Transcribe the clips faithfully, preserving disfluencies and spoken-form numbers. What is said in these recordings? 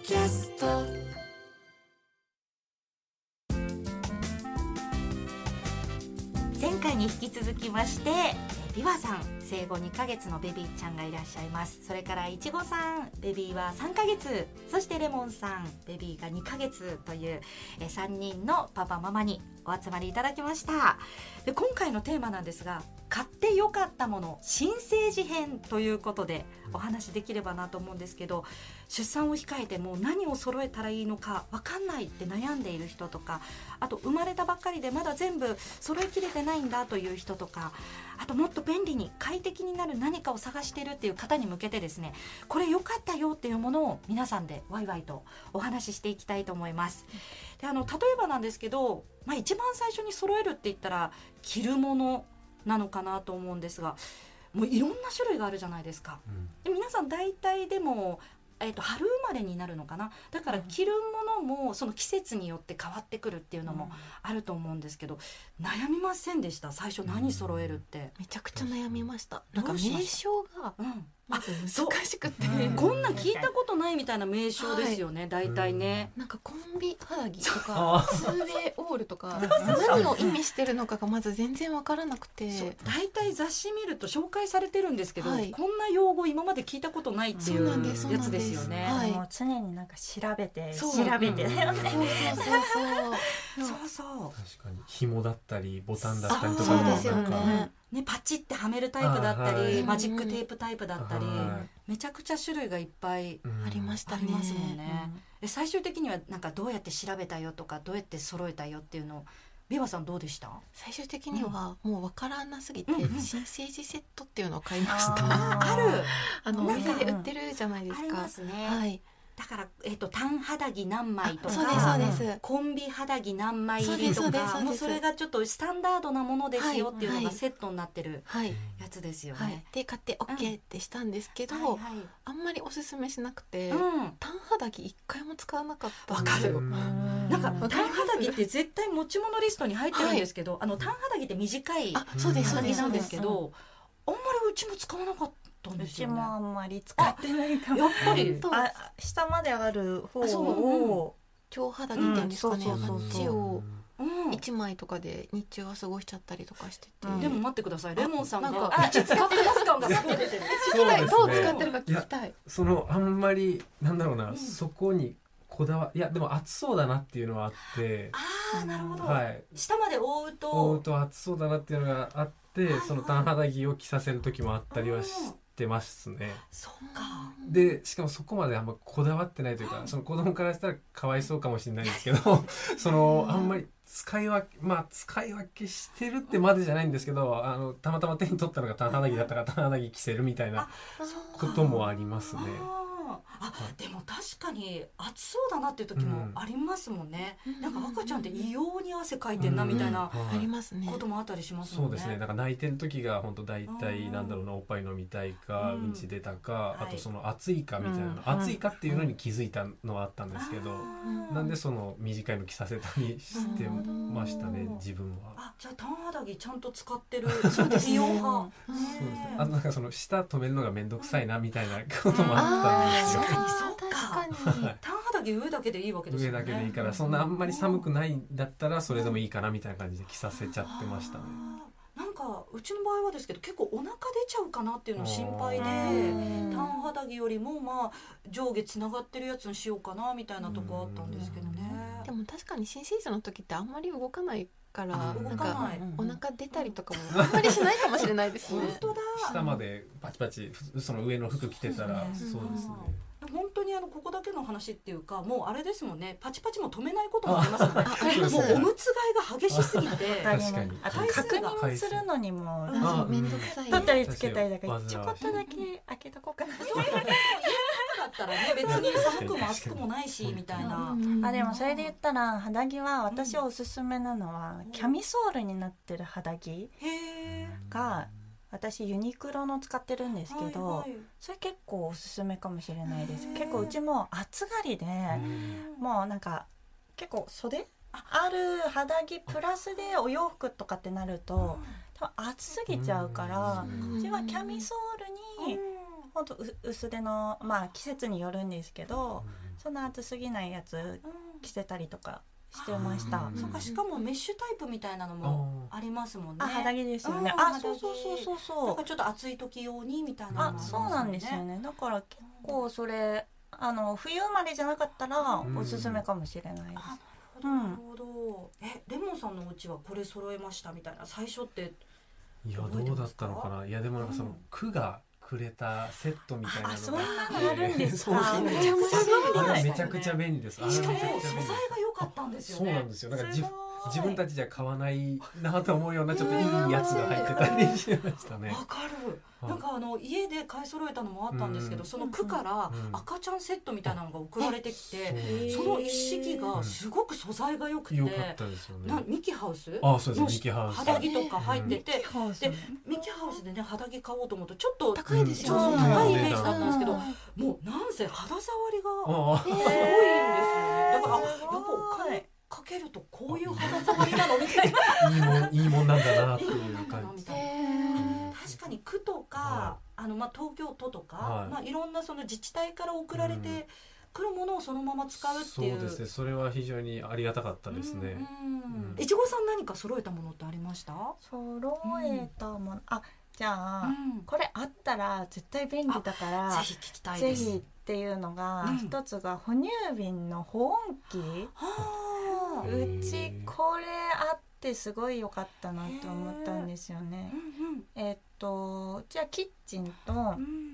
キャスト。 前回に引き続きましてビワさん生後にかげつのベビーちゃんがいらっしゃいます。それからいちごさんベビーはさんかげつ、そしてレモンさんベビーがにかげつというえさんにんのパパママにお集まりいただきました。で今回のテーマなんですが、買ってよかったもの新生児編ということでお話できればなと思うんですけど、出産を控えてもう何を揃えたらいいのか分かんないって悩んでいる人とか、あと生まれたばっかりでまだ全部揃えきれてないんだという人とか、あともっと便利に快適になる何かを探しているっていう方に向けてですね、これ良かったよっていうものを皆さんでワイワイとお話ししていきたいと思います。であの例えばなんですけど、まあ、一番最初に揃えるって言ったら着るものなのかなと思うんですが、もういろんな種類があるじゃないですか、うん、で皆さん大体でもえー、と春生まれになるのかな、だから着るものもその季節によって変わってくるっていうのもあると思うんですけど、悩みませんでした？最初何揃えるって。 めちゃくちゃ悩みました。なんか名称がまず難しくて、 うん、こんな聞いたことないみたいな名称ですよね、はい、大体ね、 なんかコンビ肌着とかツーウェイオールとか何を意味してるのかがまず全然わからなくて、 大体雑誌見ると紹介されてるんですけど、はい、こんな用語今まで聞いたことないっていうやつですよね。 はい、もう常になんか調べて調べてだよね。 そうそうそう確かに紐だったりボタンだったりとか、 そうですよね。 ね、パチってはめるタイプだったり、はい、マジックテープタイプだったり、はい、めちゃくちゃ種類がいっぱいありましたね。 ありますもんね、うん、最終的にはなんかどうやって調べたよとかどうやって揃えたよっていうのをビワさんどうでした？ 最終的にはもう分からなすぎて、うん、新生児セットっていうのを買いました。 あるあのお店で売ってるじゃないですか。 ありますね、 はい、 だから、えーと、単肌着何枚とか、 そうですそうです、 コンビ肌着何枚入りとか、もうそれがちょっとスタンダードなものですよっていうのがセットになってるやつですよね、はいはい、 で買って OK ってしたんですけど、うんはいはい、あんまりおすすめしなくて、うん、単肌着一回も使わなかったんですよ。 なんか単肌着って絶対持ち物リストに入ってるんですけど、はい、あの単肌着って短い肌着なんですけど、あんまりうちも使わなかった。 うちもあんまり使ってないかも。 やっぱりあ下まである方を長肌着って言うんですかね、あっちをいちまいとかで日中は過ごしちゃったりとかしてて、 うん、でも待ってください、レモンさんがなんかあ使ってます感がすごい出てる。 聞きたい、どう使ってるか聞きたい。 いそのあんまりなんだろうな、うん、そこにこだわいやでも暑そうだなっていうのはあって、 あーなるほど、 はい、 下まで覆うと覆うと暑そうだなっていうのがあって、はいはい、その単肌着を着させる時もあったりはしてますね。 そうか。 でしかもそこまであんまこだわってないというか、その子供からしたらかわいそうかもしれないんですけどそのあんまり使い分けまあ使い分けしてるってまでじゃないんですけど、あのたまたま手に取ったのが単肌着だったから単肌着着せるみたいなこともありますね。 あでも確かに暑そうだなっていう時もありますもんね、うん、なんか赤ちゃんって異様に汗かいてんなみたいなこともあったりしますもんね。 そうですね、なんか泣いてる時が本当大体なんだろうな、おっぱい飲みたいか、うん、うんち出たか、あとその暑いかみたいな、うん、暑いかっていうのに気づいたのはあったんですけど、うん、なんでその短いの着させたりしてましたね、うん、自分は。 あじゃあ単肌着ちゃんと使ってるそうですね、そうですね。 あとなんかその下止めるのがめんどくさいなみたいなこともあったんですよ。 そうか、単肌着上だけでいいわけですよね。 上だけでいいから、そんなあんまり寒くないんだったらそれでもいいかなみたいな感じで着させちゃってましたね。 なんかうちの場合はですけど結構お腹出ちゃうかなっていうの心配で、単肌着よりもまあ上下つながってるやつにしようかなみたいなとこあったんですけどね。 でも確かに新生児の時ってあんまり動かないからなんかお腹出たりとかもあんまりしないかもしれないですね。 本当だ。 下までパチパチその上の服着てたらそうですね。 本当にあのここだけの話っていうか、もうあれですもんね、パチパチも止めないこともありますよね。もうおむつ替えが激しすぎて確かにあと確認するのにもめんどくさい、 取ったりつけたりだからちょこっとだけ開けとこうかな。 そうだったらね別に寒くも暑くもないしみたいな。 あでもそれで言ったら肌着は私おすすめなのはキャミソールになってる肌着が私ユニクロの使ってるんですけど、はいはい、それ結構おすすめかもしれないです。結構うちも暑がりでもうなんか結構袖ある肌着プラスでお洋服とかってなると多分暑すぎちゃうから、うちはキャミソールにほんと薄手の、まあ季節によるんですけど、うん、そんな厚すぎないやつ着せたりとかしてました。 そっか、しかもメッシュタイプみたいなのもありますもんね。 あ、肌着ですよね。あ、そうそうそうそうそう。 なんかちょっと暑い時用にみたいなのもありますよね。 あ、そうなんですよね。だから結構それあの冬生まれじゃなかったらおすすめかもしれないです。 うん、なるほど、なるほど。え、レモンさんのお家はこれ揃えましたみたいな最初っていやどうだったのかな。いやでもなんかその区がくれたセットみたいなのがあって、 そんなのあるんですか。 そうそうめちゃくちゃ便利。 めちゃくちゃ便利です。 しかも素材が良かったんですよね。 そうなんですよ。なんか自自分たちじゃ買わないなと思うようなちょっといいやつが入ってたりしましたね。 わかる。なんかあの家で買い揃えたのもあったんですけど、その区から赤ちゃんセットみたいなのが送られてきて、その一式がすごく素材が良くて、 良かったですよね。 ミキハウスあ、そうです、ミキハウス肌着とか入ってて、でミキハウスでね肌着買おうと思うとちょっと高いですよね。 高いイメージだったんですけど、もうなんせ肌触りがすごいんですよね。だからやっぱお金かけるとこういう肌触りなのみたいな、いいもんいいもんなんだなっていう感じ。 確かに区とか、はい、あのまあ東京都とか、はい、まあいろんなその自治体から送られてくるものをそのまま使うっていう、 そうですね。それは非常にありがたかったですね。 いちごさん何か揃えたものってありました？ 揃えたもの、うん、あ、じゃあ、うん、これあったら絶対便利だからぜひ聞きたいです。 ぜひっていうのが、うん、一つが哺乳瓶の保温器。はうちこれあってすごい良かったなと思ったんですよね。うんうん、えっとうちはキッチンと、うん、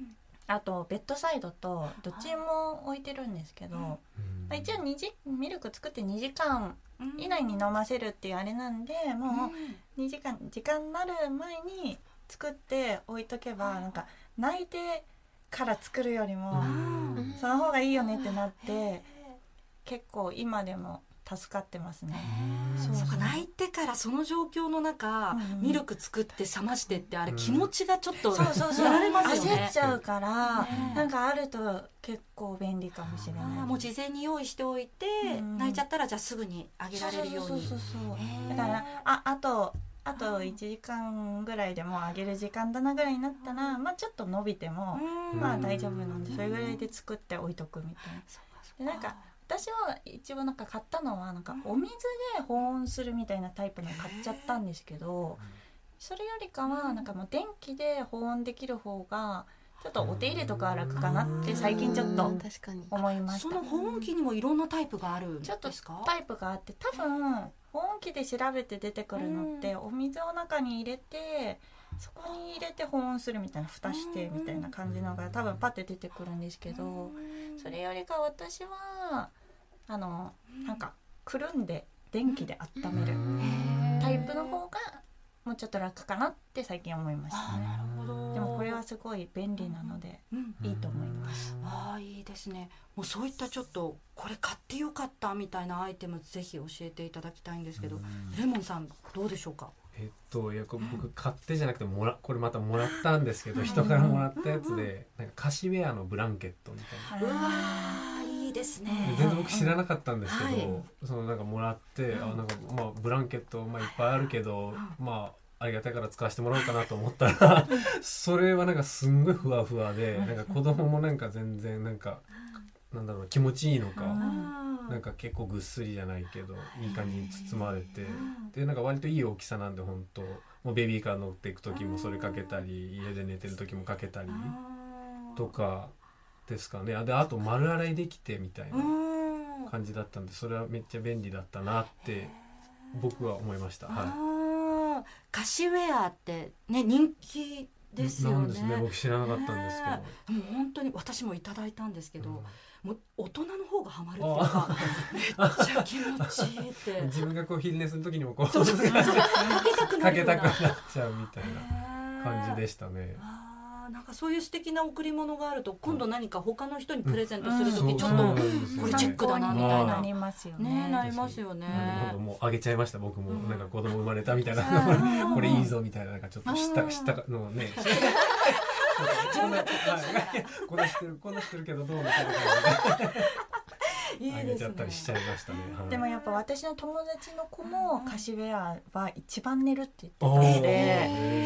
あとベッドサイドとどっちも置いてるんですけど、うん、一応にじミルク作ってにじかん以内に飲ませるっていうあれなんで、うん、もうにじかん時間になる前に作って置いとけば、なんか泣いてから作るよりも、うん、その方がいいよねってなって、結構今でも助かってますね。 そうそうか、泣いてからその状況の中、うん、ミルク作って冷ましてってあれ、うん、気持ちがちょっとそうそうそうやられますよね。 焦っちゃうから、ね、なんかあると結構便利かもしれない。 もう事前に用意しておいて、うん、泣いちゃったらじゃあすぐにあげられるように。そうそうそうそう。 だからああとあといちじかんぐらいでもうあげる時間だなぐらいになったら、まあちょっと伸びても、うん、まあ大丈夫なんで、それぐらいで作って置いとくみたいな。でなんか私は一応なんか買ったのはなんかお水で保温するみたいなタイプの買っちゃったんですけど、それよりかはなんかもう電気で保温できる方がちょっとお手入れとか楽かなって最近ちょっと思いました。 その保温器にもいろんなタイプがあるんですか？ ちょっとタイプがあって、多分保温器で調べて出てくるのってお水を中に入れてそこに入れて保温するみたいな、蓋してみたいな感じのが多分パッて出てくるんですけど、それよりか私はあのなんかくるんで電気で温めるタイプの方がもうちょっと楽かなって最近思いましたね。 なるほど。 でもこれはすごい便利なのでいいと思います。 ああ、いいですね。もうそういったちょっとこれ買ってよかったみたいなアイテムぜひ教えていただきたいんですけど、レモンさんどうでしょうか？ えっと、いや僕買ってじゃなくてもらこれまたもらったんですけど、人からもらったやつでなんかカシウェアのブランケットみたいな。 うわー、いいですね。 全然僕知らなかったんですけど、はい、そのなんかもらって、あなんかまあブランケットまあいっぱいあるけど、まあありがたいから使わせてもらおうかなと思ったらそれはなんかすんごいふわふわで、なんか子供もなんか全然なんかなんだろう気持ちいいのか、なんか結構ぐっすりじゃないけどいい感じに包まれて、でなんか割といい大きさなんで、本当もうベビーカー乗っていく時もそれかけたり、家で寝てる時もかけたりとかですかね。であと丸洗いできてみたいな感じだったんで、それはめっちゃ便利だったなって僕は思いました。はい、 カシウェアってね人気ですよね。 なんですね。僕知らなかったんですけど、 でも本当に私もいただいたんですけど、うん、もう大人の方がハマるっていうかめっちゃ気持ちいいって自分がこう昼寝する時にもこうかけたくなっちゃうみたいな感じでしたね。 なんかそういう素敵な贈り物があると今度何か他の人にプレゼントするとき、うん、ちょっとこれチェックだなみたいななりますよね。 ね、なりますよね。 もうあげちゃいました。僕もなんか子供生まれたみたいなこれいいぞみたいな、なんかちょっと知った知ったのねこんなこんなしてるこんなしてるけどどうみたいな感じであげちゃったりしちゃいましたね。はい、 でもやっぱ私の友達の子もカシウェアは一番寝るって言ってたので、 ぐっ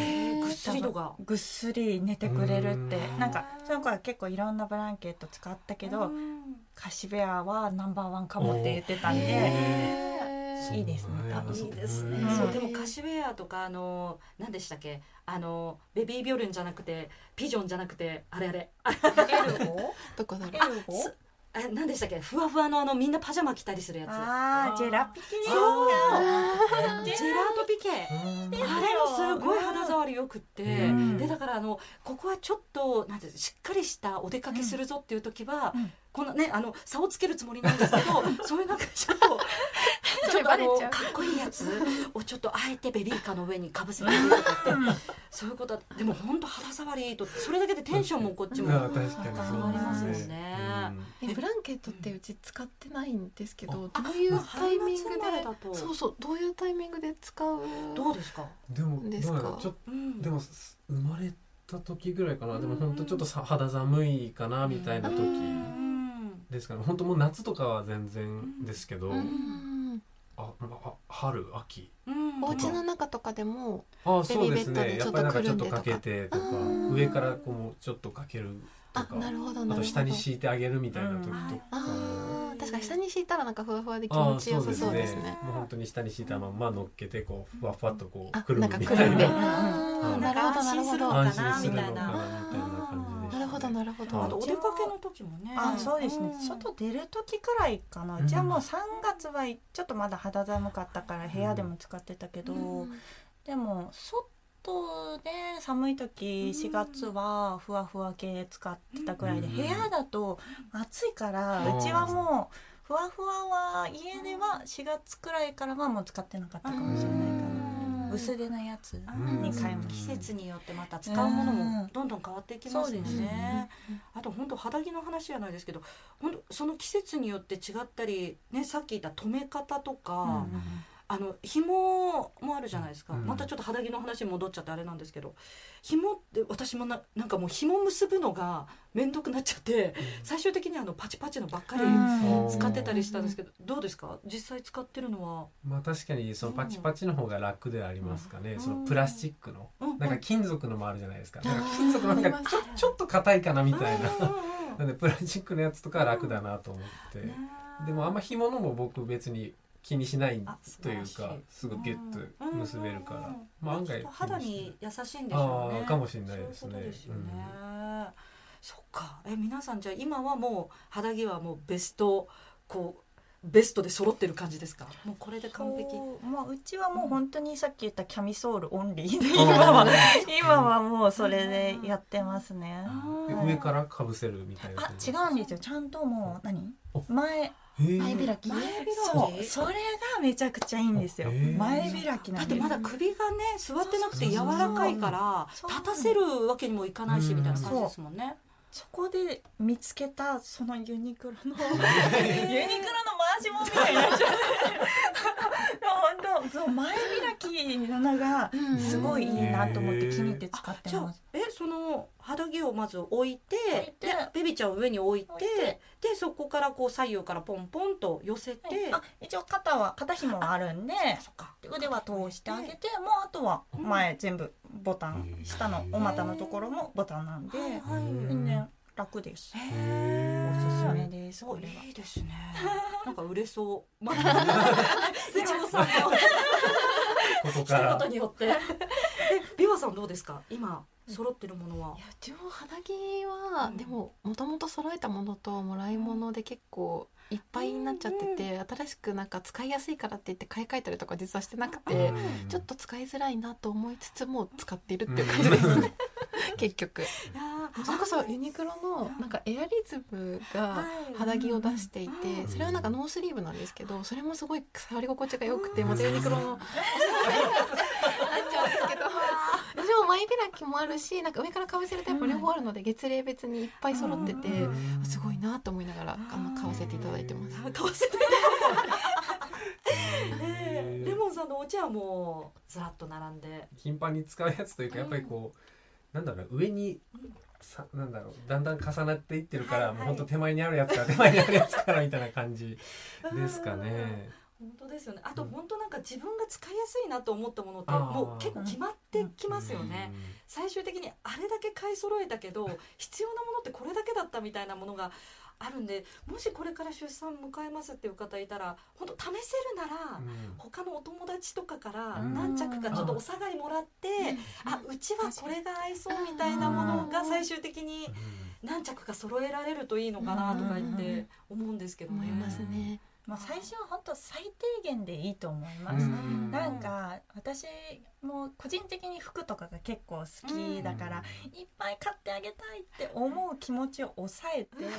っすりとかぐっすり寝てくれるって。なんかその子は結構いろんなブランケット使ったけど、カシベアはナンバーワンかもって言ってたんでいいですね。多分いいですね、うん、そうでもカシウェアとかあの何でしたっけ、あのベビービョルンじゃなくてピジョンじゃなくてあれあれエルゴどこだろう、 エルゴえ何でしたっけ、ふわふわのあのみんなパジャマ着たりするやつ、 あージェラピケですか。 ジェラートピケ、あれもすごい肌触りよくって、でだからあのここはちょっとなんてしっかりしたお出かけするぞっていう時は、うんうん、このねあの差をつけるつもりなんですけどそういうなんかちょっとちょっとあのかっこいいやつをちょっとあえてベビーカーの上にかぶせてとかってそういうことはでも本当肌触りいいとそれだけでテンションもこっちも上がりますよね。 えブランケットってうち使ってないんですけど、どういうタイミングでそうそうどういうタイミングで使うどうですか。 でもですかちょっと、うん、でも生まれた時ぐらいかな、でも本当ちょっとさ肌寒いかなみたいな時ですかね。本当もう夏とかは全然ですけど、うん、ああ春秋、 うん、お家の中とかでもあそうですね、やっぱりなんかちょっとかけてとか上からこうちょっとかけるとか、 あなるほどなるほど、 あと下に敷いてあげるみたいな時とか、うん、 あ確かに下に敷いたらなんかふわふわで気持ちよさそうですね。 もう本当に下に敷いたまま乗っけてこうふわふわっとこうくるむみたいな、 なるほどなるほど、 安心するのかなみたいな感じで、 なるほどなるほど。 あとお出かけの時もね、 あそうですね、外出る時くらいかな、うちはもうさんがつはちょっとまだ肌寒かったから部屋でも使ってたけど、うん、でも外で寒い時しがつはふわふわ系使ってたくらいで、部屋だと暑いからうちはもうふわふわは家ではしがつくらいからはもう使ってなかったかもしれないから、薄手なやつに買いました。季節によってまた使うものもどんどん変わっていきますよね。あと本当肌着の話じゃないですけど、本当その季節によって違ったりね、さっき言った留め方とか、うん、あの紐もあるじゃないですか、うん、またちょっと肌着の話に戻っちゃってあれなんですけど、紐って私も な, なんかもう紐結ぶのがめんどくなっちゃって、うん、最終的にあのパチパチのばっかり使ってたりしたんですけど、うん、どうですか実際使ってるのは。 まあ確かにそのパチパチの方が楽ではありますかね、うん、そのプラスチックの、うん、なんか金属のもあるじゃないですか、なんか金属のなんかち ょ, ちょっと硬いかなみたいななんでプラスチックのやつとかは楽だなと思って、うん、でもあんま紐のも僕別に気にしないというか、すぐギュッと結べるから、まあ案外肌に優しいんでしょうね。 あかもしれないですね。 そういうことですよね。うん、そっか。え皆さんじゃあ今はもう肌着はもうベストこうベストで揃ってる感じですか。もうこれで完璧。 まあうちはもう本当にさっき言ったキャミソールオンリーで、うん、今は今はもうそれでやってますね。 上からかぶせるみたいな。 あ違うんですよ。ちゃんともう何前前開き、 前開き、 そうそれがめちゃくちゃいいんですよ。前開きなんです。 だってまだ首がね座ってなくて柔らかいから立たせるわけにもいかないしみたいな感じですもんね。 そこで見つけたそのユニクロのユニクロの回しもんみたいになっちゃう本当そう前開きなのがすごいいいなと思って気に入って使ってます。 えその肌着をまず置いて、でベビちゃんを上に置いて、置いてでそこからこう左右からポンポンと寄せて、はい、 あ一応肩は肩紐はあるんで、そっか腕は通してあげて、もうあとは前全部ボタン、下のお股のところもボタンなんで、全然楽です。へおすすめです。これはいいですね。なんか売れそう。またいちごさんのここからことによって。えビワさんどうですか今揃ってるものは。 いやうちも肌着は、うん、でももともと揃えたものともらい物で結構いっぱいになっちゃってて、うん、新しくなんか使いやすいからって言って買い替えたりとか実はしてなくて、うん、ちょっと使いづらいなと思いつつも使っているっていう感じですね、うん、結局。それこそユニクロのなんかエアリズムが肌着を出していて、それはなんかノースリーブなんですけど、それもすごい触り心地が良くて、またユニクロのおすすめになっちゃうんですけど、私も前開きもあるし、なんか上からかぶせるタイプ両方あるので月齢別にいっぱい揃ってて、すごいなと思いながらあの買わせていただいてます。 買わせていただいてね、レモンさんのお茶はもうずらっと並んで頻繁に使うやつというか、やっぱりこうなんだろう上にさなんだろうだんだん重なっていってるから、はいはい、もうほんと手前にあるやつから手前にあるやつからみたいな感じですかね。 本当ですよね。あと本当なんか自分が使いやすいなと思ったものってもう結構決まってきますよね。最終的にあれだけ買い揃えたけど必要なものってこれだけだったみたいなものがあるんで、もしこれから出産迎えますっていう方いたら本当試せるなら、うん、他のお友達とかから何着かちょっとお下がりもらって、うん、あうちはこれが合いそうみたいなものが最終的に何着か揃えられるといいのかなとか言って思うんですけどね。 思いますね。 まあ、最初は本当最低限でいいと思います。なんか私も個人的に服とかが結構好きだから、いっぱい買ってあげたいって思う気持ちを抑えて本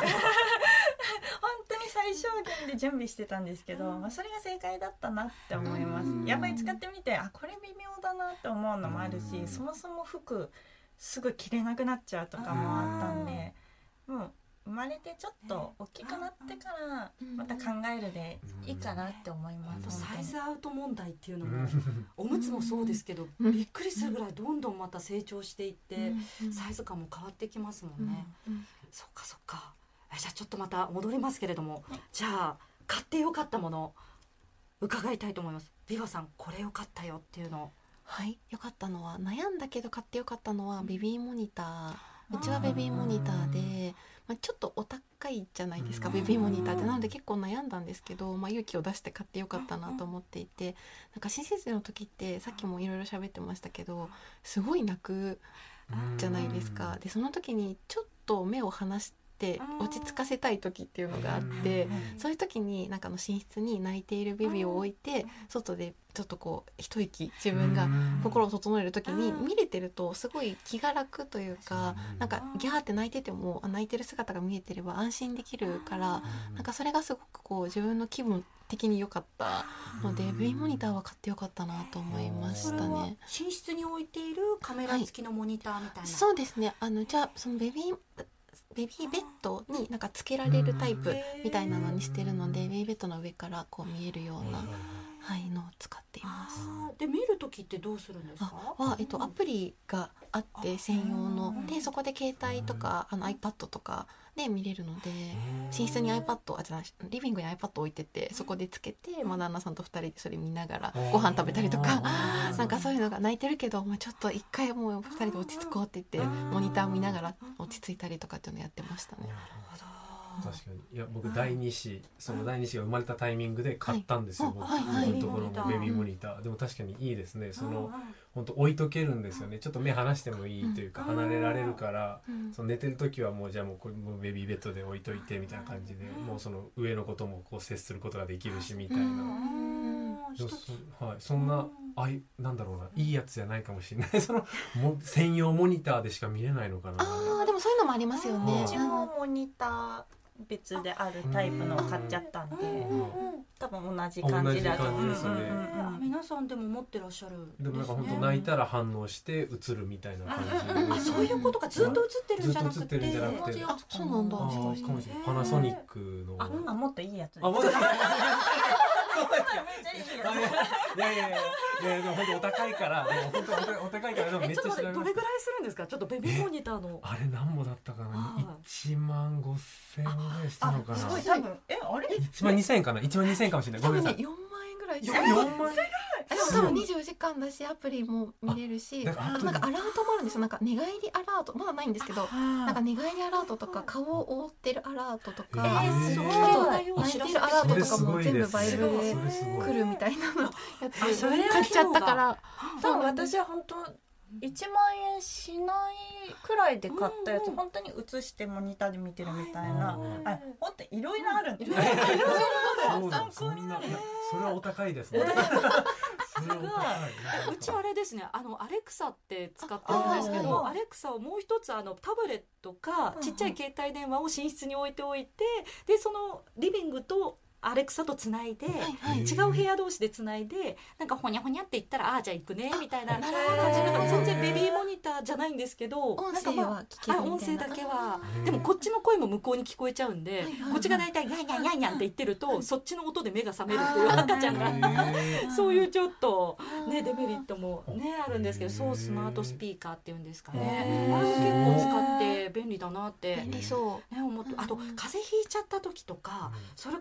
当に最小限で準備してたんですけど、まあ、それが正解だったなって思います。やっぱり使ってみて、あこれ微妙だなって思うのもあるし、そもそも服すぐ着れなくなっちゃうとかもあったんで、もう生まれてちょっと大きくなってからまた考えるでいいかなって思います。 サイズアウト問題っていうのもおむつもそうですけど、びっくりするぐらいどんどんまた成長していってサイズ感も変わってきますもんね。そっかそっか。じゃあちょっとまた戻りますけれども、じゃあ買ってよかったもの伺いたいと思います。ビバさんこれよかったよっていうの。 はい、よかったのは、悩んだけど買ってよかったのはベビーモニター。うちはベビーモニターで、まあ、ちょっとお高いじゃないですか、ベビーモニターって。なので結構悩んだんですけど、まあ、勇気を出して買ってよかったなと思っていて、なんか新生児の時ってさっきもいろいろ喋ってましたけど、すごい泣くじゃないですか。でその時にちょっと目を離して落ち着かせたい時っていうのがあって、そういう時になんかの寝室に泣いているベビーを置いて、外でちょっとこう一息自分が心を整える時に見れてるとすごい気が楽というか、なんかギャーって泣いてても泣いてる姿が見えてれば安心できるから、なんかそれがすごくこう自分の気分的に良かったので、ベビーモニターは買ってよかったなと思いましたね。 寝室に置いているカメラ付きのモニターみたいな、はい、 そうですね。あのじゃあそのベビーベビーベッドになんかつけられるタイプみたいなのにしてるので、ベビーベッドの上からこう見えるような、はい、のを使っています。 で見る時ってどうするんですか？ は、えっと、アプリがあって専用ので、そこで携帯とかあの iPad とかで見れるので、寝室に iPad あじゃないリビングに iPad 置いてて、そこでつけて、まあ、旦那さんとふたりでそれ見ながらご飯食べたりとか、なんかそういうのが、泣いてるけど、まあ、ちょっと一回もうふたりで落ち着こうって言ってモニター見ながら落ち着いたりとかっていうのやってましたね。 確かに。いや僕だいに子、そのだいに子が生まれたタイミングで買ったんですよ、僕のところのベビーモニター。でも確かにいいですね。その本当置いとけるんですよね。ちょっと目離してもいいというか、離れられるから、その寝てる時はもうじゃあもうこれもうベビーベッドで置いといてみたいな感じで、もうその上のこともこう接することができるしみたいな。でもそ、はい、そんなあいなんだろうな、いいやつじゃないかもしれない。そのも専用モニターでしか見れないのかな。 あでもそういうのもありますよね。 うちもモニター別であるタイプのを買っちゃったんで、多分同じ感じだと思う。 皆さんでも持ってらっしゃるんですね。 でもなんか本当泣いたら反応して映るみたいな感じ。 あ、そういうことか。ずっと映ってるんじゃなくて。 ずっと映ってるんじゃなくて。 あ、そうなんだ。 あ、かもしれない。パナソニックの。 あ、あもっといいやつ。 あ、もっといい。いやいやいやいや、でも本当お高いから、でも本当お高いからでもめっちゃ調べました。 どれぐらいするんですか？ちょっとベビーモニターの。 あれ何もだったかな。一万五千円ぐらいしたのかな。 すごい多分えあれ？ 一万二千円かな。一万二千円かもしれない。ごめんなさい。 四万円ぐらい。 四万円。 でも多分にじゅうよじかんだし、アプリも見れるし、あとなんかアラートもあるんですよ。なんか寝返りアラート、まだないんですけど、なんか寝返りアラートとか顔を覆ってるアラートとか、あと泣いてるアラートとかも全部バイブで来るみたいなのやつ買っちゃったから、 多分私は本当いちまんえんしないくらいで買ったやつ、本当に映してモニターで見てるみたいな、あ、本当いろいろあるんです。 参考になる。それはお高いですね。 うちはあれですね、あのアレクサって使ってるんですけど、アレクサをもう一つあのタブレットかちっちゃい携帯電話を寝室に置いておいて、でそのリビングとアレクサとつないで、はいはい、違う部屋同士でつないで、なんかほにゃほにゃって言ったら、ああじゃあ行くねみたいな感じで、全然ベビーモニターじゃないんですけど、 音声は聞けるみたいな、 音声だけは。でもこっちの声も向こうに聞こえちゃうんで、はいはいはい、こっちが大体ヤンヤンヤンヤンって言ってると、はい、そっちの音で目が覚めるっていう赤ちゃんがそういうちょっとねデメリットもねあるんですけど、そうスマートスピーカーっていうんですかね、あれ結構使って便利だなって便利そう、 ね、思って、あと風邪ひいちゃった時とか、それこそ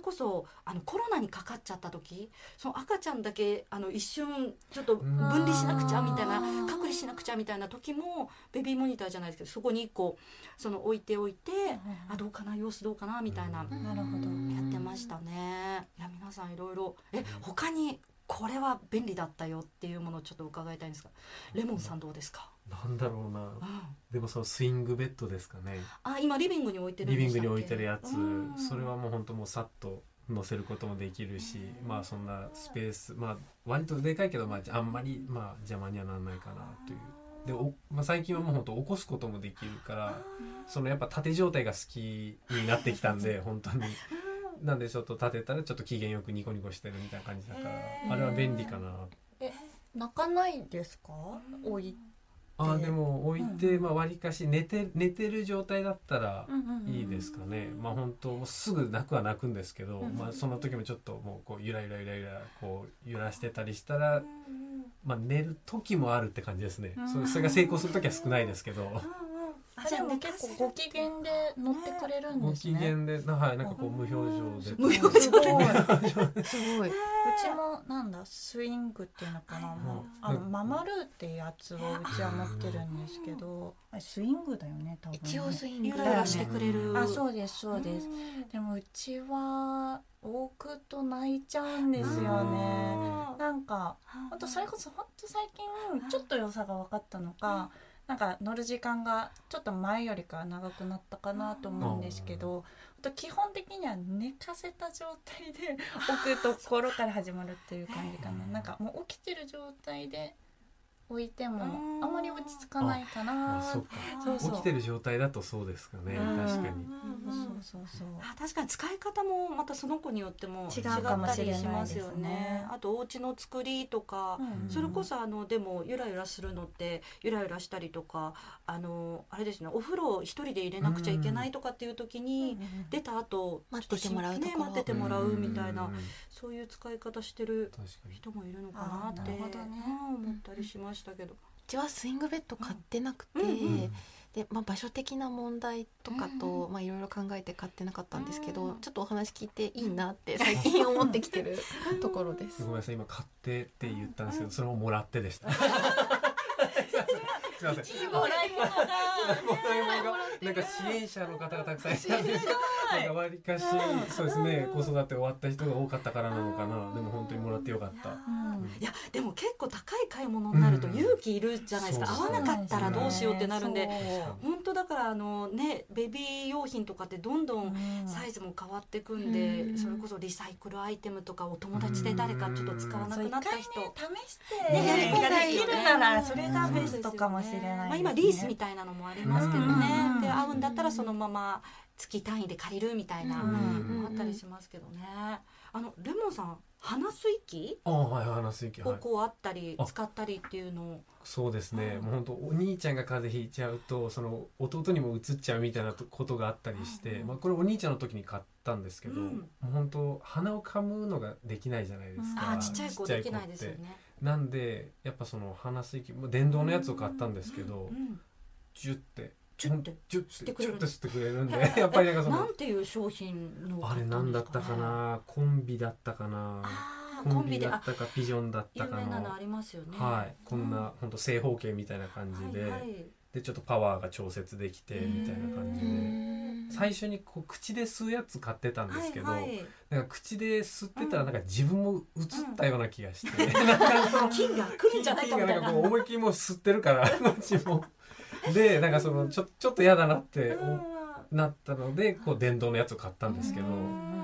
あのコロナにかかっちゃった時、その赤ちゃんだけあの一瞬ちょっと分離しなくちゃみたいな、隔離しなくちゃみたいな時もベビーモニターじゃないですけど、そこにいっこその置いておいて、あどうかな様子どうかなみたいな、 なるほどやってましたね。いや皆さんいろいろ、え他にこれは便利だったよっていうものをちょっと伺いたいんですが、レモンさんどうですか？ なんだろうな、 うん、 でもそのスイングベッドですかね。 あ今リビングに置いてるんリでしたっけ？ ビングに置いてるやつ、 うん、 それはもう本当もうさっと乗せることもできるし、まあそんなスペース、まあ割とでかいけど、まああんまりまあ邪魔にはならないかなという。でお、まあ、最近はもう本当起こすこともできるから、そのやっぱ縦状態が好きになってきたんで本当に。なんでちょっと立てたらちょっと機嫌よくニコニコしてるみたいな感じだから、あれは便利かな。 え泣かないですか？置いて。 あでも置いて、うん、まあ割かし寝て寝てる状態だったらいいですかね。まあ本当もうすぐ泣くは泣くんですけど、うん、まあその時もちょっともうこうゆらゆらゆらゆらこう揺らしてたりしたら、まあ寝る時もあるって感じですね。うん、それ、それが成功する時は少ないですけど。 あじゃあ結構ご機嫌で乗ってくれるんですね。 ご機嫌で、はい、なんかこう無表情で。 無表情で。すごい。うちもなんだスイングっていうのかな、もうあのママルーっていうやつをうちは持ってるんですけど、スイングだよね多分ね。 一応スイングゆらゆらしてくれる。 あそうですそうです。でもうちは置くと泣いちゃうんですよね。なんか本当それこそ本当最近ちょっと良さが分かったのか。なんか乗る時間がちょっと前よりか長くなったかなと思うんですけど、基本的には寝かせた状態で置くところから始まるっていう感じかな。なんかもう起きてる状態で置いてもあまり落ち着かないかな。 あそっか。 そうそう起きてる状態だとそうですかね。確かに。 そうそうそう。 あ確かに使い方もまたその子によっても違うかもしれないですね。 ったりしますよね。あとお家の作りとか、うん、それこそあのでもゆらゆらするのってゆらゆらしたりとか、あのあれですね、お風呂一人で入れなくちゃいけないとかっていう時に、うん、出た後待っててもらうところ、 ね、待っててもらうみたいな、うん、そういう使い方してる人もいるのかなって、ね、思ったりしましたけど。 うちはスイングベッド買ってなくて、うんうん、でまあ、場所的な問題とかと、うんまあ、いろいろ考えて買ってなかったんですけど、うん、ちょっとお話聞いていいなって最近思ってきてるところです。 ごめんなさい、今買ってって言ったんですけど、それももらってでした。すいません。 もらい物が、 もらい物がなんか支援者の方がたくさんいたんです。なんか割かし、そうですね、子育て終わった人が多かったからなのかな。でも本当にもらってよかった。 いやでも結構高い買い物になると勇気いるじゃないですか。合わなかったらどうしようってなるんで、本当だからあのねベビー用品とかってどんどんサイズも変わってくんで、それこそリサイクルアイテムとかお友達で誰かちょっと使わなくなった人、 試してねやり方ができるならそれがベストかもしれないですね。 まあ今リースみたいなのもありますけどね。で合うんだったらそのまま月単位で借りるみたいなのもあったりしますけどね。あのレモンさん鼻水器、 あはい鼻水器、 はい、こうあったり使ったりっていうのを。 そうですね、もう本当お兄ちゃんが風邪ひいちゃうとその弟にもうつっちゃうみたいなことがあったりして、まあ、これお兄ちゃんの時に買ったんですけど、うん、もう本当鼻を噛むのができないじゃないですか、 うん、あちっちゃい子できないですよね。 なんでやっぱその鼻水器電動のやつを買ったんですけど、うんうん、ジュッてジュッてジュッてジュッて吸ってくれるんでやっぱりなんかそのなんていう商品のあれなんだったかな、コンビだったかな、コンビだったかピジョンだったかの、 有名なのありますよね。 はい、こんな本当正方形みたいな感じで、はいはい、でちょっとパワーが調節できてみたいな感じで、最初にこう口で吸うやつ買ってたんですけど、はいはい、なんか口で吸ってたらなんか自分も映ったような気がして、うん、なんか菌が来るんじゃないかみたいな、 菌がなんかこう思いっきりもう吸ってるからこっちもでなんかそのちょちょっと嫌だなって、うん、なったのでこう電動のやつを買ったんですけど、うん、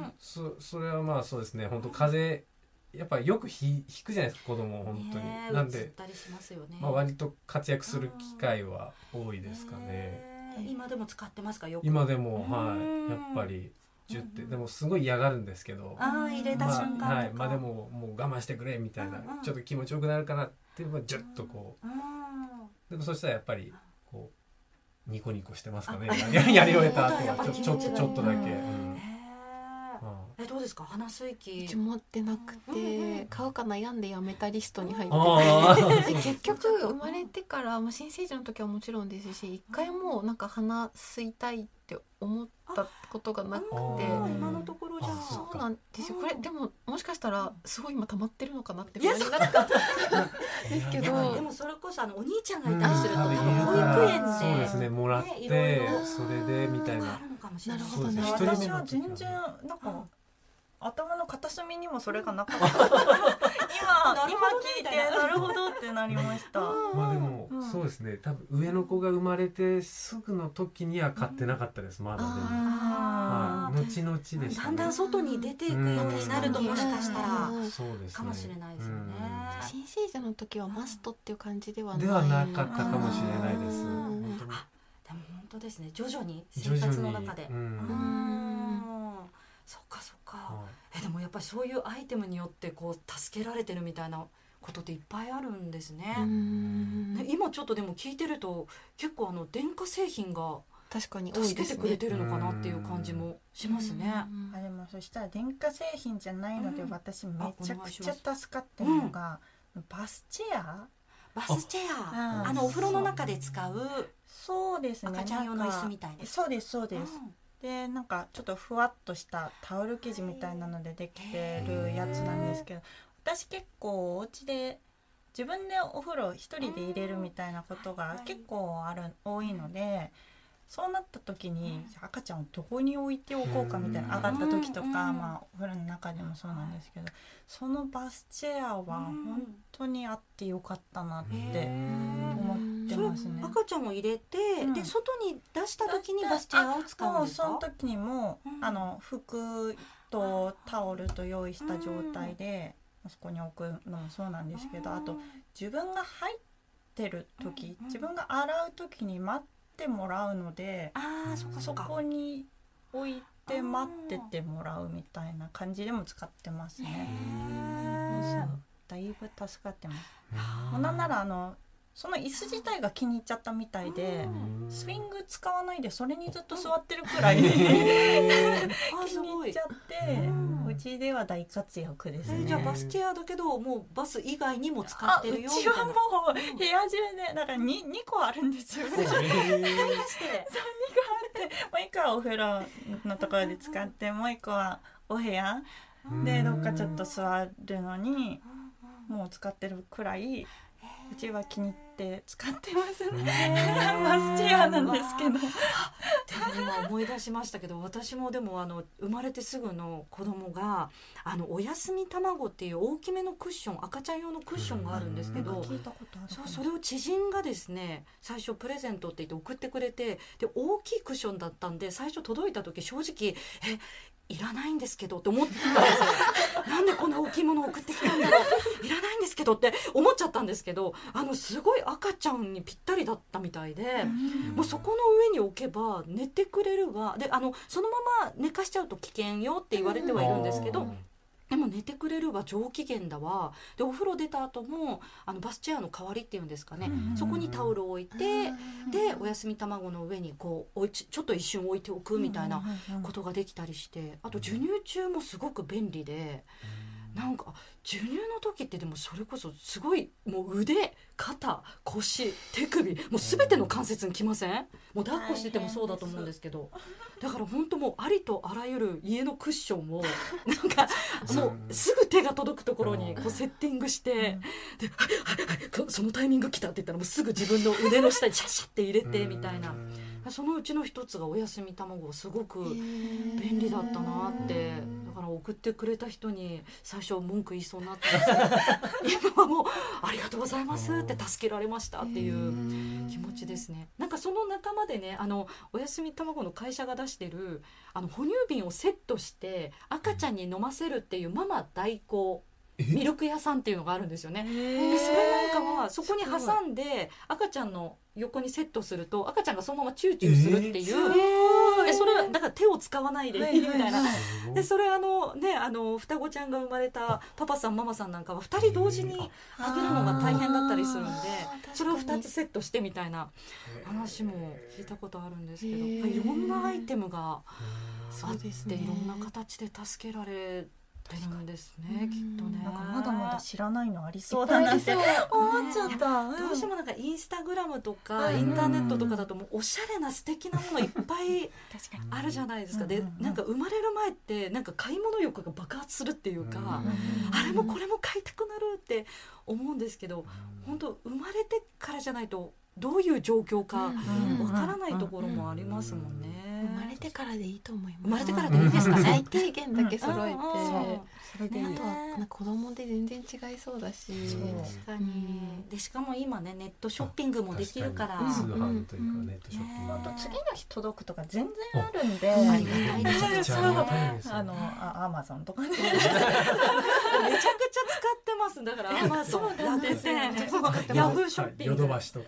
そ, それはまあそうですね、本当風邪やっぱよくひ引くじゃないですか子供本当に、 ね、 なんで、 ったりしますよね、 まあ、割と活躍する機会は多いですかね。 今でも使ってますか？よく今でもはいやっぱりジュってでもすごい嫌がるんですけど、 あ入れた瞬間とか、 まあ、はいまあでももう我慢してくれみたいな、ちょっと気持ちよくなるかなってジュッとこう、でもそしたらやっぱりこうニコニコしてますかねやり終えた後はちょっとちょっとだけ、うん、 えどうですか鼻水器？ うち持ってなくて買うか悩んでやめたリストに入ってて結局生まれてからもう新生児の時はもちろんですし、一回もなんか鼻吸いたいって思ったことがなくて、 今のところろじゃん。 そうなんですよ。 うんこれでももしかしたらすごい今溜まってるのかなって不安になったですけいやど、 でもそれこそあのお兄ちゃんがいたりすると、 うん多分保育園でそうですね、もらって、 ねいろいろそれでみたいなあるのかもしれない。 なるほどねそうですね私は全然なんか、 うん頭の片隅にもそれがなかった今なるほどね今聞いてなるほどってなりました。 まあでも、 うんそうですね、多分上の子が生まれてすぐの時には買ってなかったです、まだでも、 あはい、後々でしたね。 だんだん外に出ていくようになると、もしかしたらうんそうですね、 かもしれないですよね。 新生児の時はマストっていう感じではないではなかったかもしれないです。 うん本当にあでも本当ですね、徐々に徐生活 々にの中で。 うんうんそっかそっか。 はえでもやっぱりそういうアイテムによってこう助けられてるみたいなことっていっぱいあるんですね。 うんね今ちょっとでも聞いてると結構あの電化製品が確かに多い助けですね。 てくれてるのかなっていう感じもしますね。 あでもそしたら電化製品じゃないので、 うん私めちゃくちあお願ゃ助かってるのが、バスチェア。 バスチェア、 ああのお風呂の中で使うそうですね、 赤ちゃん用の椅子なんかみたいな。 そうですそうです、でなんかちょっとふわっとしたタオル生地みたいなのでできてるやつなんですけど、私結構お家で自分でお風呂一人で入れるみたいなことが結構ある多いので、そうなった時に赤ちゃんをどこに置いておこうかみたいな、上がった時とか、 うんまあ、お風呂の中でもそうなんですけど、そのバスチェアは本当にあってよかったなって思ってますね。 赤ちゃんを入れて、 うんで外に出した時にバスチェアを使うんですか？ もうその時にも、 うんあの服とタオルと用意した状態で、そこに置くのもそうなんですけど、あと自分が入ってる時、 うん自分が洗う時に待ってもらうので、 ああそっかそそっか。 こに置いて待っててもらうみたいな感じでも使ってますね。そうだいぶ助かってます。もうなんならあのその椅子自体が気に入っちゃったみたいで、スイング使わないでそれにずっと座ってるくらい気あすごいに入っちゃって、 うんうちでは大活躍ですね。 えーじゃあバスチェアだけどもうバス以外にも使あってるようちはもう部屋中でなんか に, にこあるんですよね。 みたいな。出してもういっこはお風呂のところで使って、もういっこはお部屋でどっかちょっと座るのにもう使ってるくらい、うちは気に入って使ってますね。バスチェアなんですけど。 でも今思い出しましたけど、私もでもあの生まれてすぐの子供があのおやすみ卵っていう大きめのクッション、赤ちゃん用のクッションがあるんですけど、 聞いたことあるかも。 そうそれを知人がですね最初プレゼントって言って送ってくれて、で大きいクッションだったんで最初届いた時正直えいらないんですけどって思ったんですよなんでこんな大きいものを送ってきたんだろういらないんですけどって思っちゃったんですけど、あのすごい赤ちゃんにぴったりだったみたいで、もうそこの上に置けば寝てくれるが、であのそのまま寝かしちゃうと危険よって言われてはいるんですけど、でも寝てくれるわ上機嫌だわ。でお風呂出た後もあのバスチェアの代わりっていうんですかね、そこにタオルを置いて、でおやすみ卵の上にこうおいちちょっと一瞬置いておくみたいなことができたりして、あと授乳中もすごく便利で、なんか授乳の時ってでもそれこそすごいもう腕、肩、腰、手首もう全ての関節にきません？もう抱っこしててもそうだと思うんですけど、だから本当もうありとあらゆる家のクッションをなんかもうすぐ手が届くところにこうセッティングして、で、はいはいはい、そのタイミング来たって言ったらもうすぐ自分の腕の下にシャッシャッって入れてみたいな、そのうちの一つがおやすみ卵すごく便利だったなって、だから送ってくれた人に最初文句言いそうになったんですけど今はもうありがとうございますって助けられましたっていう気持ちですね。なんかその仲間でね、あのおやすみ卵の会社が出してるあの哺乳瓶をセットして赤ちゃんに飲ませるっていうママ代行ミルク屋さんっていうのがあるんですよね。でそれなんかはそこに挟んで赤ちゃんの横にセットすると赤ちゃんがそのままチューチューするっていう、えー、でそれはだから手を使わないでみたいな、はいはいはい、でそれあのねあの双子ちゃんが生まれたパパさんママさんなんかはふたり同時にあげるのが大変だったりするんで、それをふたつセットしてみたいな話も聞いたことあるんですけど、いろんなアイテムがあっていろんな形で助けられってるんですね、きっとね。 なんかまだまだ知らないのありそうだなって思っちゃった、うん、 どうしてもなんかインスタグラムとかインターネットとかだともうおしゃれな素敵なものいっぱいあるじゃないですか。でなんか生まれる前ってなんか買い物欲が爆発するっていうか、あれもこれも買いたくなるって思うんですけど、本当生まれてからじゃないとどういう状況かわからないところもありますもんね。 生まれてからでいいと思います。 生まれてからでいいですかね。 最低限だけ揃えて、 それでいい。 あとはなんか子供で全然違いそうだし、 確かに。でしかも今ねネットショッピングもできるから、 通販というかネットショッピング、 あと次の日届くとか全然あるんで、 ありがたいです。 めちゃくちゃありがたいです。 あのアマゾンとかね。めちゃくちゃ使ってます。だからアマゾン、楽天、ヤフーショッピング、 ヨドバシとか。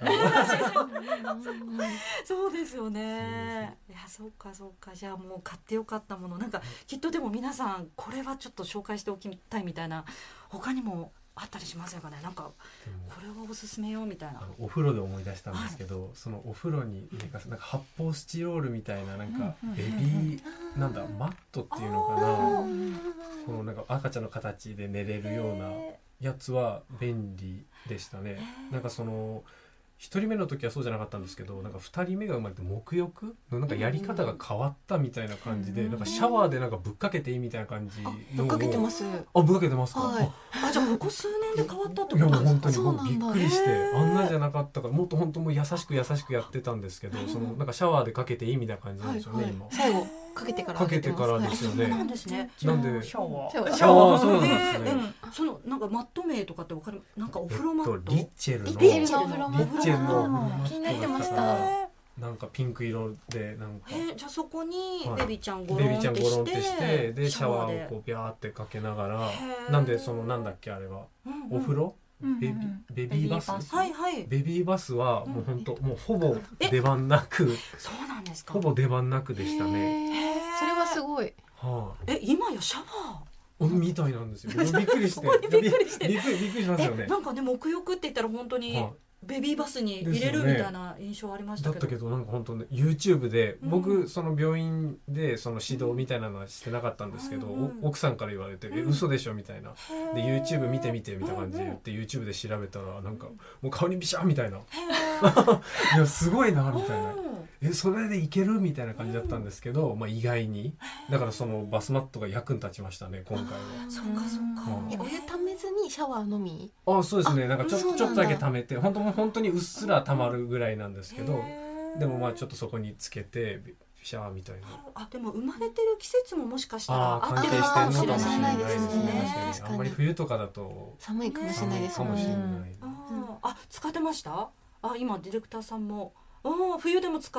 そうですよね。いやそうかそうか。じゃあもう買ってよかったものなんかきっとでも皆さんこれはちょっと紹介しておきたいみたいな他にもあったりしませんかね。なんかこれはおすすめよみたいな。 お風呂で思い出したんですけど、はい、そのお風呂になんかなんか発泡スチロールみたいななんかベビーなんだマットっていうのかな、このなんか赤ちゃんの形で寝れるようなやつは便利でしたね。なんかそのひとりめの時はそうじゃなかったんですけど、なんかふたりめが生まれて沐浴のなんかやり方が変わったみたいな感じで、なんかシャワーでなんかぶっかけていいみたいな感じの。 ぶっかけてます。 あ、ぶっかけてますか。 はい、 あ、じゃあここ数年で変わったってことですか。 いやもう本当にもうびっくりして、あんなじゃなかったから、もっと本当もう優しく優しくやってたんですけど、そのなんかシャワーでかけていいみたいな感じなんですよね、はいはい、今。 最後かけてからかけてからですよね。 そうなんですね。 なんでシャワー。 シャワーそうなんですね。 そのなんかマット名とかってわかる？なんかお風呂マット。 リッチェルの。 リッチェルのお風呂マット。 リッチェルの。 気になってました。 なんかピンク色でなんか。 え、じゃあそこにベビーちゃんゴロンってして、 ベビーちゃんゴロンってしてでシャワーをこうビャーってかけながら、なんでそのなんだっけあれはお風呂。ベビー、ベビーバス、 はいはい、 ベビーバスはもう本当、うん、もうほぼ出番なく、 そうなんですか。 ほぼ出番なくでしたね。 それはすごい。 はあ、え、今やシャワーみたいなんですよ。びっくりして、 びっくりして、 びっくりびっくりしますよね。 なんかね沐浴って言ったら本当に。はあ、ベビーバスに入れるみたいな印象ありましたけど、 だったけどなんか本当ね YouTube で僕、うん、その病院でその指導みたいなのはしてなかったんですけど、うん、奥さんから言われて、うん、え嘘でしょみたいなで YouTube 見てみてみたいな感じで言って、うん、YouTube で調べたらなんかもう顔にビシャーみたいな、いやすごいなみたいな、えそれでいけるみたいな感じだったんですけど、まあ、意外にだからそのバスマットが役に立ちましたね今回は。 そうかそうか、 うん、えお湯ためずにシャワーのみ。 あそうですね、なんかちょ、ちょっとだけためて本当も本当にうっすらたまるぐらいなんですけど、でもまあちょっとそこにつけてシャワーみたいな。 あでも生まれてる季節ももしかしたら関係してるのかもしれないですね。 確かにあんまり冬とかだと寒いかもしれないですもんね。 ああ使ってました。あ今ディレクターさんもあ冬でも使って、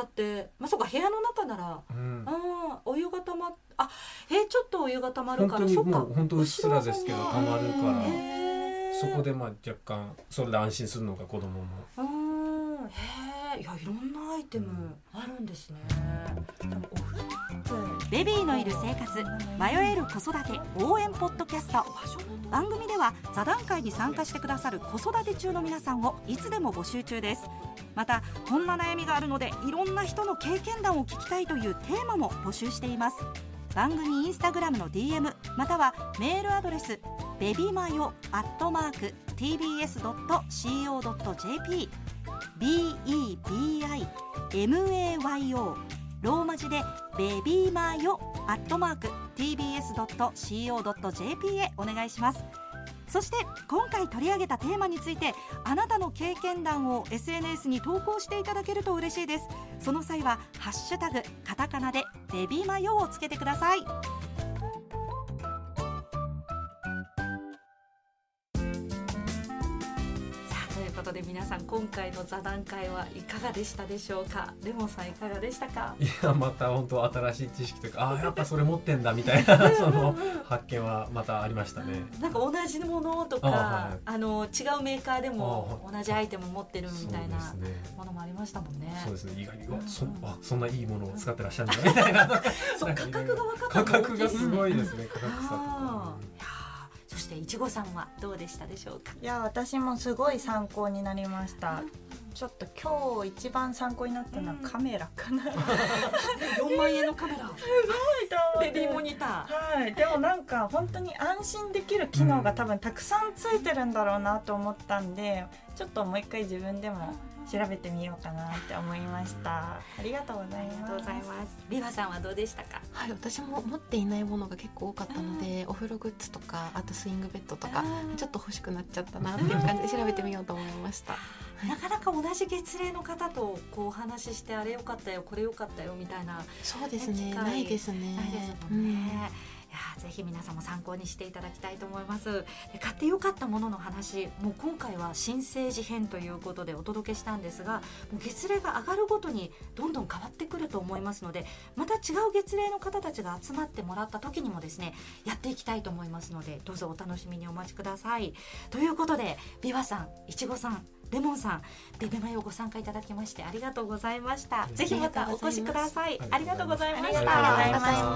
まあ、そうか部屋の中なら、うん、あお湯がたまあえちょっとお湯がたまるから本当にもう本当うっすらですけどたまるからそこでまあ若干それで安心するのが子供も。 うんへえいやいろんなアイテムあるんですね。でもお風呂ベビーのいる生活迷える子育て応援ポッドキャスト。番組では座談会に参加してくださる子育て中の皆さんをいつでも募集中です。またこんな悩みがあるのでいろんな人の経験談を聞きたいというテーマも募集しています。番組インスタグラムの ディーエム またはメールアドレスベビマヨアットマーク ティービーエスドットシーオードットジェーピー ビーイービーアイエムエーワイオー ローマ字でベビーマヨアットマーク ティービーエスドットシーオードットジェーピー へお願いします。そして今回取り上げたテーマについてあなたの経験談を エスエヌエス に投稿していただけると嬉しいです。その際はハッシュタグカタカナでベビーマヨをつけてください。ということで皆さん今回の座談会はいかがでしたでしょうか。レモンさんいかがでしたか。 いやまた本当新しい知識というかあやっぱそれ持ってんだみたいなその発見はまたありましたね。 なんか同じものとか あ,、はい、あの違うメーカーでも同じアイテム持ってるみたいなものもありましたもんね。 そうですね、意外に、うん、そ, あそんないいものを使ってらっしゃるんだみたいなそう価格が分かった価格がすごいですね、うん、価格差とか。 そしていちごさんはどうでしたでしょうか。 いや私もすごい参考になりました。ちょっと今日一番参考になったのはカメラかな、うん、 よんまんえんのカメラすごいと思っレディーモニター、はい、でもなんか本当に安心できる機能が多分たくさんついてるんだろうなと思ったんで、ちょっともう一回自分でも調べてみようかなって思いました。ありがとうございます。 ありがとうございます。ビバさんはどうでしたか？ はい、私も持っていないものが結構多かったので、お風呂グッズとかあとスイングベッドとかちょっと欲しくなっちゃったなっていう感じで調べてみようと思いました。 なかなか同じ月齢の方とこうお話しして、あれ良かったよこれ良かったよみたいな、 そうですね、ないですね。 ないですもんね、うん、いやぜひ皆さんも参考にしていただきたいと思います。で買って良かったものの話、もう今回は新生児編ということでお届けしたんですが、もう月齢が上がるごとにどんどん変わってくると思いますので、また違う月齢の方たちが集まってもらった時にもですねやっていきたいと思いますので、どうぞお楽しみにお待ちください。ということでビワさん、いちごさん、レモンさん、ベベマヨご参加いただきましてありがとうございました。ぜひまたお越しください。ありがとうございました。 ありがとうございました。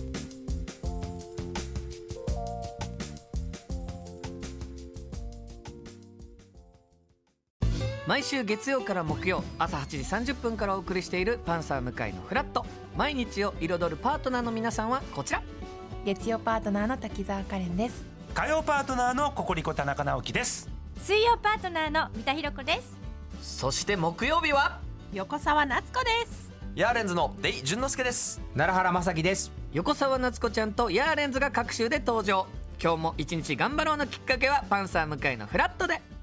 毎週月曜から木曜朝はちじさんじゅっぷんからお送りしているパンサー向井のフラット。毎日を彩るパートナーの皆さんはこちら。 月曜パートナーの滝沢カレンです。 火曜パートナーのココリコ田中直樹です。 水曜パートナーの三田寛子です。 そして木曜日は横澤夏子です。 ヤーレンズのデイ淳之介です。 奈良原正樹です。 横澤夏子ちゃんとヤーレンズが各週で登場。今日も一日頑張ろうのきっかけはパンサー向井のフラットで。